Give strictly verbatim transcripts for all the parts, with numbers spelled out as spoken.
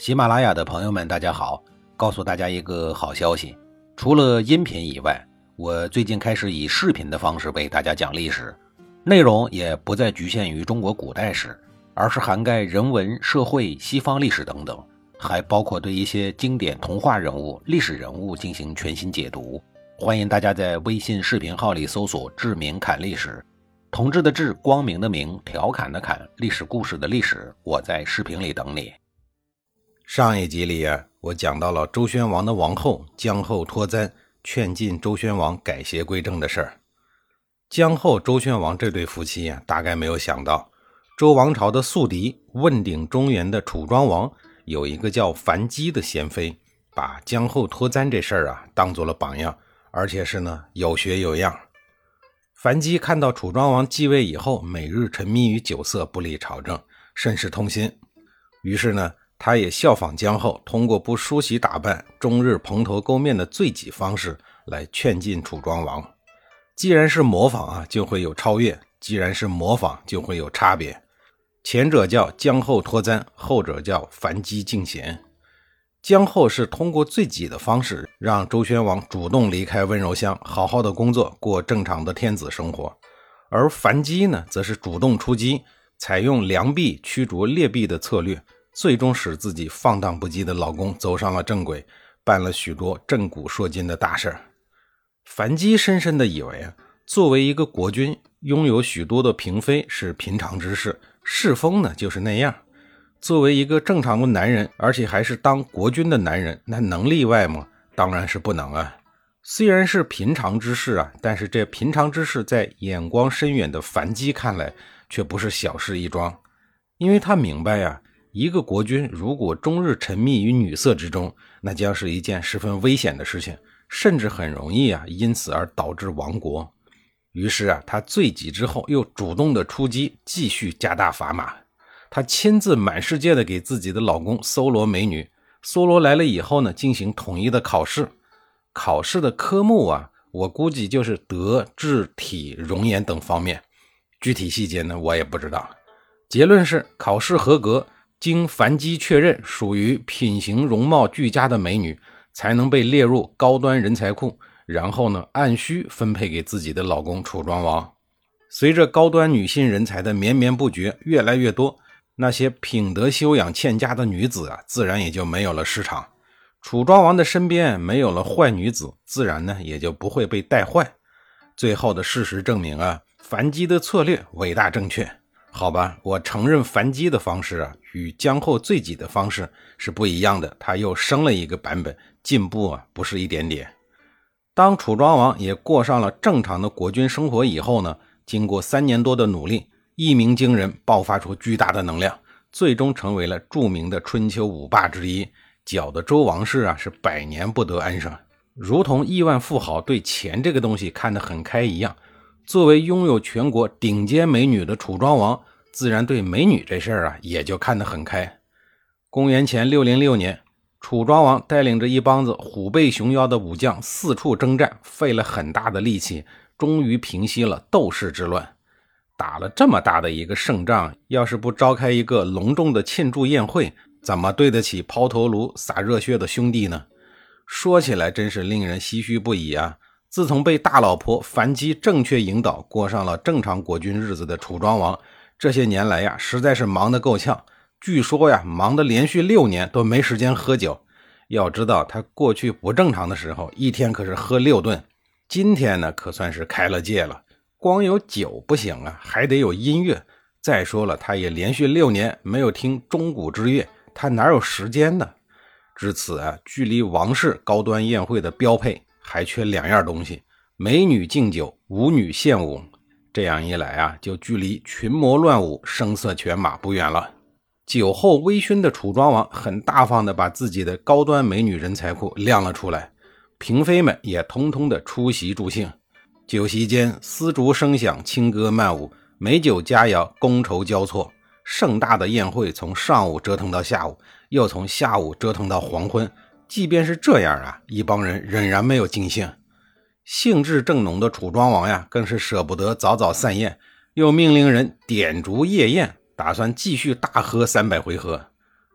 喜马拉雅的朋友们大家好，告诉大家一个好消息，除了音频以外，我最近开始以视频的方式为大家讲历史，内容也不再局限于中国古代史，而是涵盖人文、社会、西方历史等等，还包括对一些经典童话人物、历史人物进行全新解读。欢迎大家在微信视频号里搜索志明侃历史，同志的志，光明的明，调侃的侃，历史故事的历史，我在视频里等你。上一集里啊，我讲到了周宣王的王后姜后脱簪劝进周宣王改邪归正的事儿。姜后周宣王这对夫妻啊，大概没有想到周王朝的宿敌问鼎中原的楚庄王有一个叫樊姬的贤妃，把姜后脱簪这事儿啊当做了榜样，而且是呢有学有样。樊姬看到楚庄王继位以后每日沉迷于酒色，不理朝政，甚是痛心，于是呢他也效仿姜后，通过不梳洗打扮、终日蓬头垢面的罪己方式来劝进楚庄王。既然是模仿啊，就会有超越；既然是模仿，就会有差别。前者叫姜后脱簪，后者叫樊姬进贤。姜后是通过罪己的方式，让周宣王主动离开温柔乡，好好的工作，过正常的天子生活。而樊姬呢，则是主动出击，采用良币驱逐劣币的策略，最终使自己放荡不羁的老公走上了正轨，办了许多震古烁今的大事。樊姬深深地以为啊，作为一个国君，拥有许多的嫔妃是平常之事，世风呢就是那样。作为一个正常的男人，而且还是当国君的男人，那能例外吗？当然是不能啊。虽然是平常之事啊，但是这平常之事在眼光深远的樊姬看来却不是小事一桩，因为他明白啊，一个国君如果终日沉迷于女色之中，那将是一件十分危险的事情，甚至很容易啊因此而导致亡国。于是啊，他罪己之后又主动的出击，继续加大砝码。他亲自满世界的给自己的老公搜罗美女，搜罗来了以后呢，进行统一的考试。考试的科目啊，我估计就是德、智、体、容颜等方面，具体细节呢我也不知道。结论是考试合格，经樊姬确认属于品行容貌俱佳的美女，才能被列入高端人才库，然后呢按需分配给自己的老公楚庄王。随着高端女性人才的绵绵不绝，越来越多，那些品德修养欠佳的女子啊，自然也就没有了市场。楚庄王的身边没有了坏女子，自然呢也就不会被带坏。最后的事实证明啊，樊姬的策略伟大正确。好吧，我承认樊姬的方式啊，与姜后罪己的方式是不一样的，他又升了一个版本，进步啊不是一点点。当楚庄王也过上了正常的国君生活以后呢，经过三年多的努力，一鸣惊人，爆发出巨大的能量，最终成为了著名的春秋五霸之一，搅得周王室啊是百年不得安生。如同亿万富豪对钱这个东西看得很开一样，作为拥有全国顶尖美女的楚庄王，自然对美女这事儿啊也就看得很开。公元前六零六年，楚庄王带领着一帮子虎背熊腰的武将四处征战，费了很大的力气，终于平息了窦氏之乱。打了这么大的一个胜仗，要是不召开一个隆重的庆祝宴会，怎么对得起抛头颅洒热血的兄弟呢？说起来真是令人唏嘘不已啊。自从被大老婆樊姬正确引导，过上了正常国君日子的楚庄王，这些年来呀，实在是忙得够呛。据说呀，忙得连续六年都没时间喝酒。要知道他过去不正常的时候，一天可是喝六顿。今天呢，可算是开了戒了。光有酒不行啊，还得有音乐。再说了，他也连续六年没有听钟鼓之乐，他哪有时间呢？至此啊，距离王室高端宴会的标配还缺两样东西：美女敬酒，舞女献舞。这样一来啊，就距离群魔乱舞、声色犬马不远了。酒后微醺的楚庄王很大方地把自己的高端美女人才库亮了出来，嫔妃们也通通的出席助兴。酒席间，丝竹声响，轻歌曼舞，美酒佳肴，觥筹交错。盛大的宴会从上午折腾到下午，又从下午折腾到黄昏。即便是这样啊，一帮人仍然没有尽兴。兴致正浓的楚庄王呀，更是舍不得早早散宴，又命令人点烛夜宴，打算继续大喝三百回合。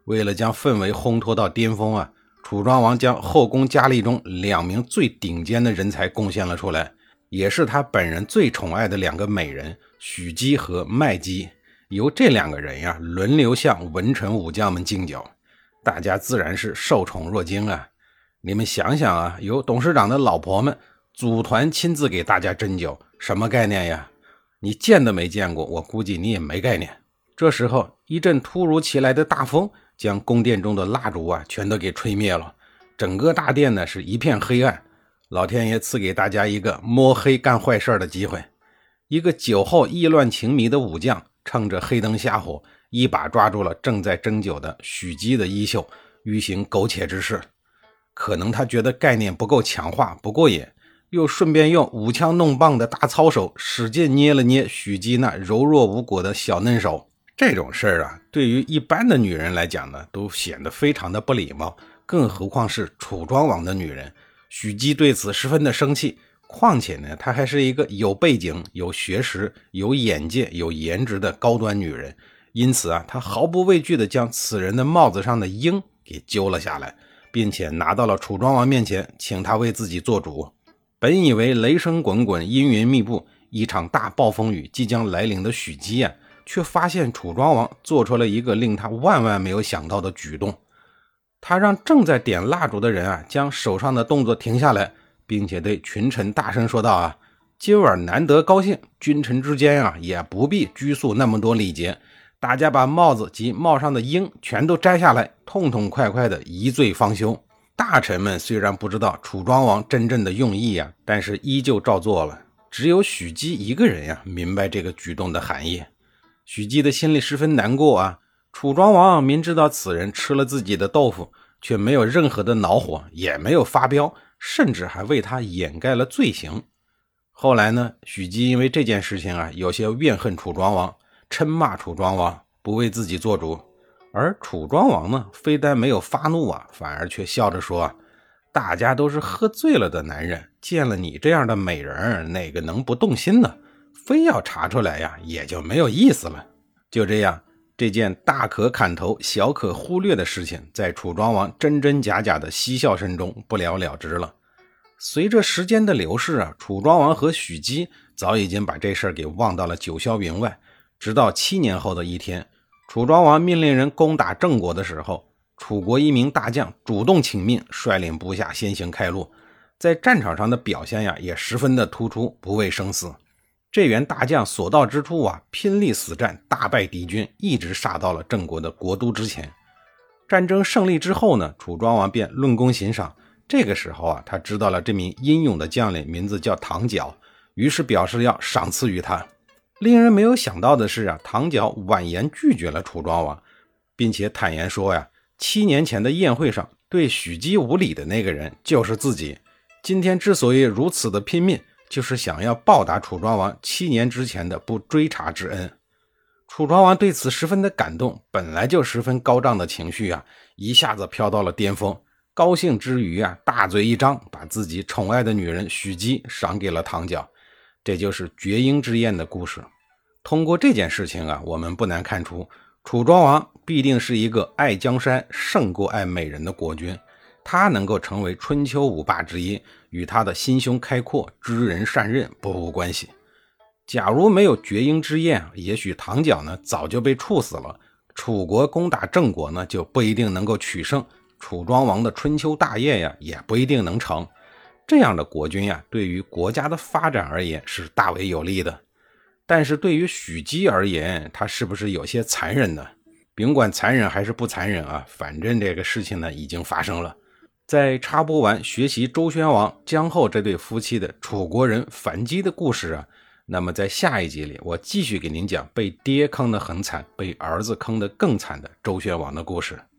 为了将氛围烘托到巅峰啊，楚庄王将后宫佳丽中两名最顶尖的人才贡献了出来，也是他本人最宠爱的两个美人许姬和麦姬，由这两个人呀轮流向文臣武将们敬酒，大家自然是受宠若惊啊。你们想想啊，由董事长的老婆们组团亲自给大家斟酒，什么概念呀？你见都没见过，我估计你也没概念。这时候一阵突如其来的大风将宫殿中的蜡烛啊全都给吹灭了，整个大殿呢是一片黑暗。老天爷赐给大家一个摸黑干坏事的机会。一个酒后意乱情迷的武将趁着黑灯瞎火，一把抓住了正在斟酒的许姬的衣袖，欲行苟且之事。可能他觉得概念不够强化，不过瘾，又顺便用舞枪弄棒的大操手使劲捏了捏许姬那柔弱无果的小嫩手。这种事儿啊，对于一般的女人来讲呢，都显得非常的不礼貌，更何况是楚庄王的女人。许姬对此十分的生气，况且呢，她还是一个有背景、有学识、有眼界、有颜值的高端女人，因此啊，她毫不畏惧地将此人的帽子上的缨给揪了下来，并且拿到了楚庄王面前，请他为自己做主。本以为雷声滚滚，阴云密布，一场大暴风雨即将来临的许姬啊，却发现楚庄王做出了一个令他万万没有想到的举动。他让正在点蜡烛的人啊，将手上的动作停下来，并且对群臣大声说道啊，今晚难得高兴，君臣之间啊，也不必拘束那么多礼节，大家把帽子及帽上的缨全都摘下来，痛痛快快的一醉方休。大臣们虽然不知道楚庄王真正的用意啊，但是依旧照做了。只有许姬一个人呀、啊，明白这个举动的含义。许姬的心里十分难过啊，楚庄王明知道此人吃了自己的豆腐，却没有任何的恼火，也没有发飙，甚至还为他掩盖了罪行。后来呢，许姬因为这件事情啊，有些怨恨楚庄王，嗔骂楚庄王不为自己做主。而楚庄王呢，非但没有发怒啊，反而却笑着说，大家都是喝醉了的男人，见了你这样的美人，哪个能不动心呢？非要查出来呀，也就没有意思了。就这样，这件大可砍头小可忽略的事情，在楚庄王真真假假的嬉笑声中不了了之了。随着时间的流逝啊，楚庄王和许姬早已经把这事儿给忘到了九霄云外。直到七年后的一天，楚庄王命令人攻打郑国的时候，楚国一名大将主动请命，率领部下先行开路，在战场上的表现呀也十分的突出，不畏生死。这员大将所到之处啊，拼力死战，大败敌军，一直杀到了郑国的国都之前。战争胜利之后呢，楚庄王便论功行赏。这个时候啊，他知道了这名英勇的将领名字叫唐角，于是表示要赏赐于他。令人没有想到的是啊，唐角婉言拒绝了楚庄王，并且坦言说呀，七年前的宴会上对许姬无礼的那个人就是自己。今天之所以如此的拼命，就是想要报答楚庄王七年之前的不追查之恩。楚庄王对此十分的感动，本来就十分高涨的情绪啊，一下子飘到了巅峰。高兴之余啊，大嘴一张，把自己宠爱的女人许姬赏给了唐角。这就是绝缨之宴的故事。通过这件事情啊，我们不难看出，楚庄王必定是一个爱江山胜过爱美人的国君。他能够成为春秋五霸之一，与他的心胸开阔、知人善任不无关系。假如没有绝缨之宴，也许唐角呢早就被处死了，楚国攻打郑国呢就不一定能够取胜，楚庄王的春秋大业呀也不一定能成。这样的国君呀，对于国家的发展而言是大为有利的。但是对于许姬而言，他是不是有些残忍呢？甭管残忍还是不残忍啊，反正这个事情呢已经发生了。在插播完学习周宣王、姜后这对夫妻的楚国人反击的故事啊，那么在下一集里，我继续给您讲被爹坑得很惨，被儿子坑得更惨的周宣王的故事。